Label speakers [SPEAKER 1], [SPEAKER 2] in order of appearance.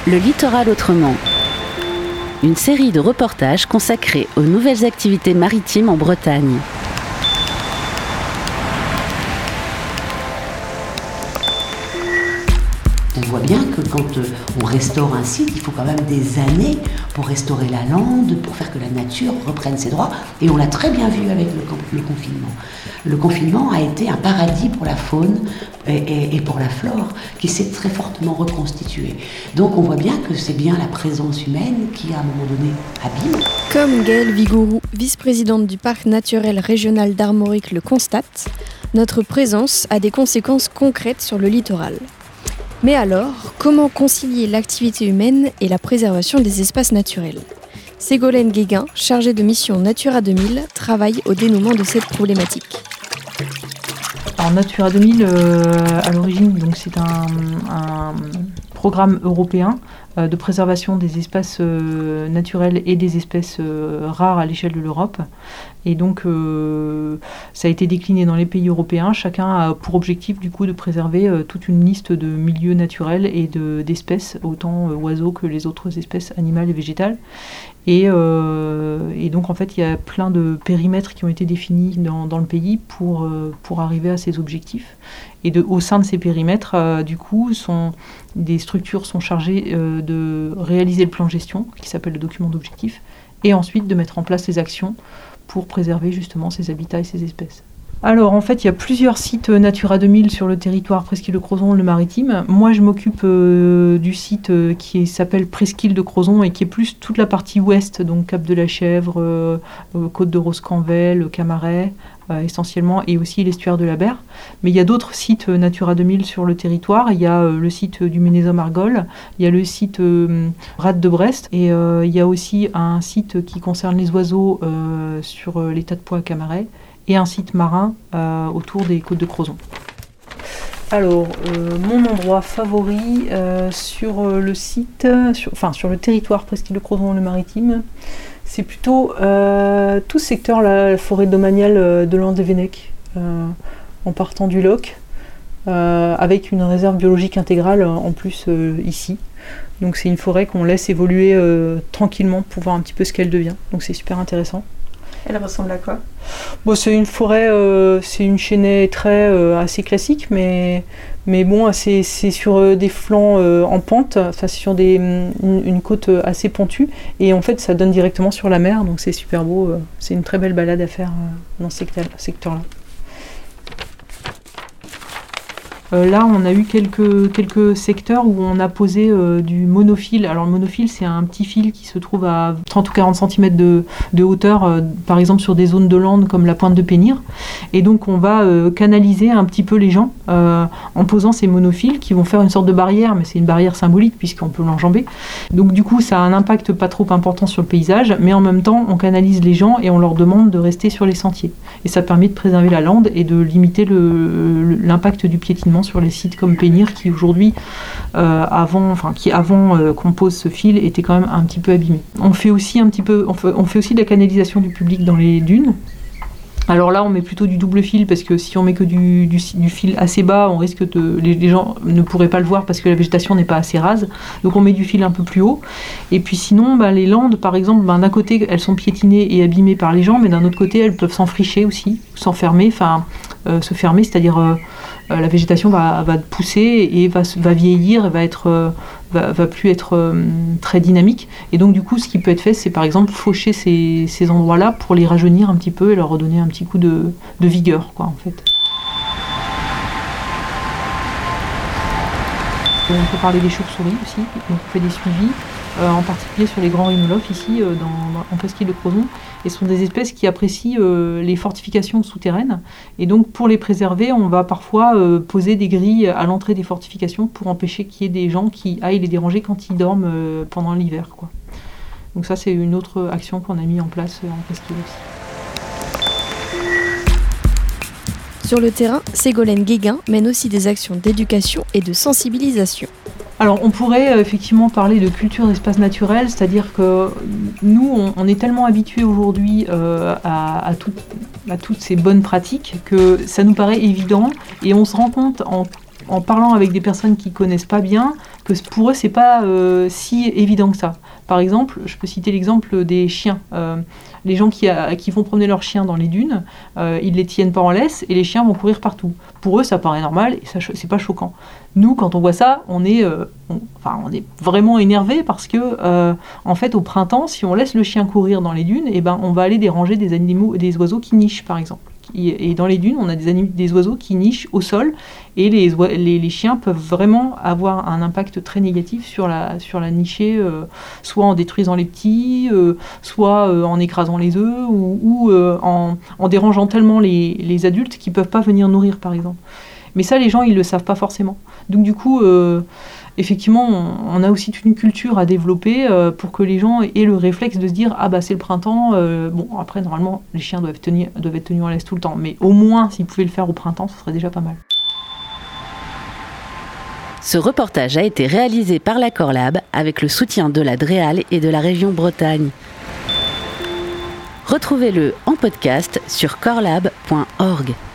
[SPEAKER 1] Le littoral autrement. Une série de reportages consacrés aux nouvelles activités maritimes en Bretagne.
[SPEAKER 2] On voit bien que quand on restaure un site, il faut quand même des années pour restaurer la lande, pour faire que la nature reprenne ses droits. Et on l'a très bien vu avec le confinement. Le confinement a été un paradis pour la faune et pour la flore qui s'est très fortement reconstituée. Donc on voit bien que c'est bien la présence humaine qui, à un moment donné, abîme.
[SPEAKER 3] Comme Gaëlle Vigourou, vice-présidente du parc naturel régional d'Armorique, le constate, notre présence a des conséquences concrètes sur le littoral. Mais alors, comment concilier l'activité humaine et la préservation des espaces naturels ? Ségolène Guéguin, chargée de mission Natura 2000, travaille au dénouement de cette problématique.
[SPEAKER 4] Alors Natura 2000, à l'origine, donc c'est un programme européen de préservation des espaces naturels et des espèces rares à l'échelle de l'Europe. Et donc, ça a été décliné dans les pays européens. Chacun a pour objectif, du coup, de préserver toute une liste de milieux naturels et d'espèces, autant oiseaux que les autres espèces animales et végétales. Et donc, en fait, il y a plein de périmètres qui ont été définis dans le pays pour arriver à ces objectifs. Et au sein de ces périmètres, du coup, des structures sont chargées de réaliser le plan de gestion, qui s'appelle le document d'objectifs, et ensuite de mettre en place les actions pour préserver justement ces habitats et ces espèces. Alors en fait, il y a plusieurs sites Natura 2000 sur le territoire Presqu'île de Crozon, le Maritime. Moi, je m'occupe du site qui s'appelle Presqu'île de Crozon et qui est plus toute la partie ouest, donc Cap de la Chèvre, Côte de Roscanvel, Camaret, essentiellement, et aussi l'estuaire de la Berre. Mais il y a d'autres sites Natura 2000 sur le territoire. Il y a le site du Ménézum-Argol, il y a le site Rade de Brest, et il y a aussi un site qui concerne les oiseaux sur l'état de Poix à Camaret, et un site marin autour des côtes de Crozon. Alors, mon endroit favori sur le site, sur le territoire Presqu'île de Crozon, le Maritime, c'est plutôt tout ce secteur, la forêt domaniale de Landévennec, en partant du Loc, avec une réserve biologique intégrale en plus ici. Donc c'est une forêt qu'on laisse évoluer tranquillement pour voir un petit peu ce qu'elle devient. Donc c'est super intéressant.
[SPEAKER 5] Elle ressemble à quoi ?
[SPEAKER 4] Bon, c'est une forêt, c'est une chênaie très assez classique, mais bon, c'est sur des flancs en pente, enfin c'est sur une côte assez pentue, et en fait ça donne directement sur la mer, donc c'est super beau, c'est une très belle balade à faire dans ce secteur-là. Là, on a eu quelques secteurs où on a posé du monofil. Alors, le monofil, c'est un petit fil qui se trouve à 30 ou 40 cm de hauteur, par exemple sur des zones de lande comme la pointe de Pénir. Et donc, on va canaliser un petit peu les gens en posant ces monofils qui vont faire une sorte de barrière, mais c'est une barrière symbolique puisqu'on peut l'enjamber. Donc, du coup, ça a un impact pas trop important sur le paysage, mais en même temps, on canalise les gens et on leur demande de rester sur les sentiers. Et ça permet de préserver la lande et de limiter l'impact du piétinement sur les sites comme Pénir qui aujourd'hui, avant qu'on pose ce fil, était quand même un petit peu abîmé. On fait aussi de la canalisation du public dans les dunes. Alors là, on met plutôt du double fil parce que si on met que du fil assez bas, on risque les gens ne pourraient pas le voir parce que la végétation n'est pas assez rase. Donc on met du fil un peu plus haut. Et puis sinon, les landes, par exemple, d'un côté, elles sont piétinées et abîmées par les gens, mais d'un autre côté, elles peuvent s'enfricher aussi, s'enfermer, se fermer, c'est-à-dire la végétation va pousser et va vieillir et va plus être très dynamique. Et donc du coup, ce qui peut être fait, c'est par exemple faucher ces endroits-là pour les rajeunir un petit peu et leur redonner un petit coup de vigueur, quoi, en fait. On peut parler des chauves-souris aussi, donc on fait des suivis, en particulier sur les grands rhinolophes ici, en Presqu'île de Crozon. Et ce sont des espèces qui apprécient les fortifications souterraines. Et donc pour les préserver, on va parfois poser des grilles à l'entrée des fortifications pour empêcher qu'il y ait des gens qui aillent les déranger quand ils dorment pendant l'hiver, quoi. Donc ça, c'est une autre action qu'on a mis en place en Presqu'île aussi.
[SPEAKER 3] Sur le terrain, Ségolène Guéguin mène aussi des actions d'éducation et de sensibilisation.
[SPEAKER 4] Alors on pourrait effectivement parler de culture d'espace naturel, c'est-à-dire que nous, on est tellement habitués aujourd'hui à toutes ces bonnes pratiques que ça nous paraît évident et on se rend compte en en parlant avec des personnes qui connaissent pas bien, que pour eux c'est pas si évident que ça. Par exemple, je peux citer l'exemple des chiens. Les gens qui vont promener leurs chiens dans les dunes, ils les tiennent pas en laisse et les chiens vont courir partout. Pour eux, ça paraît normal et ça, c'est pas choquant. Nous, quand on voit ça, on est vraiment énervé parce que, en fait, au printemps, si on laisse le chien courir dans les dunes, on va aller déranger des oiseaux qui nichent, par exemple. Et dans les dunes, on a des oiseaux qui nichent au sol et les chiens peuvent vraiment avoir un impact très négatif sur la nichée, soit en détruisant les petits, soit en écrasant les œufs ou en dérangeant tellement les adultes qu'ils ne peuvent pas venir nourrir, par exemple. Mais ça, les gens, ils ne le savent pas forcément. Donc du coup, effectivement, on a aussi toute une culture à développer pour que les gens aient le réflexe de se dire « Ah bah c'est le printemps, bon après normalement les chiens doivent être tenus en laisse tout le temps, mais au moins s'ils pouvaient le faire au printemps, ce serait déjà pas mal. »
[SPEAKER 1] Ce reportage a été réalisé par la Corlab avec le soutien de la DREAL et de la région Bretagne. Retrouvez-le en podcast sur corlab.org.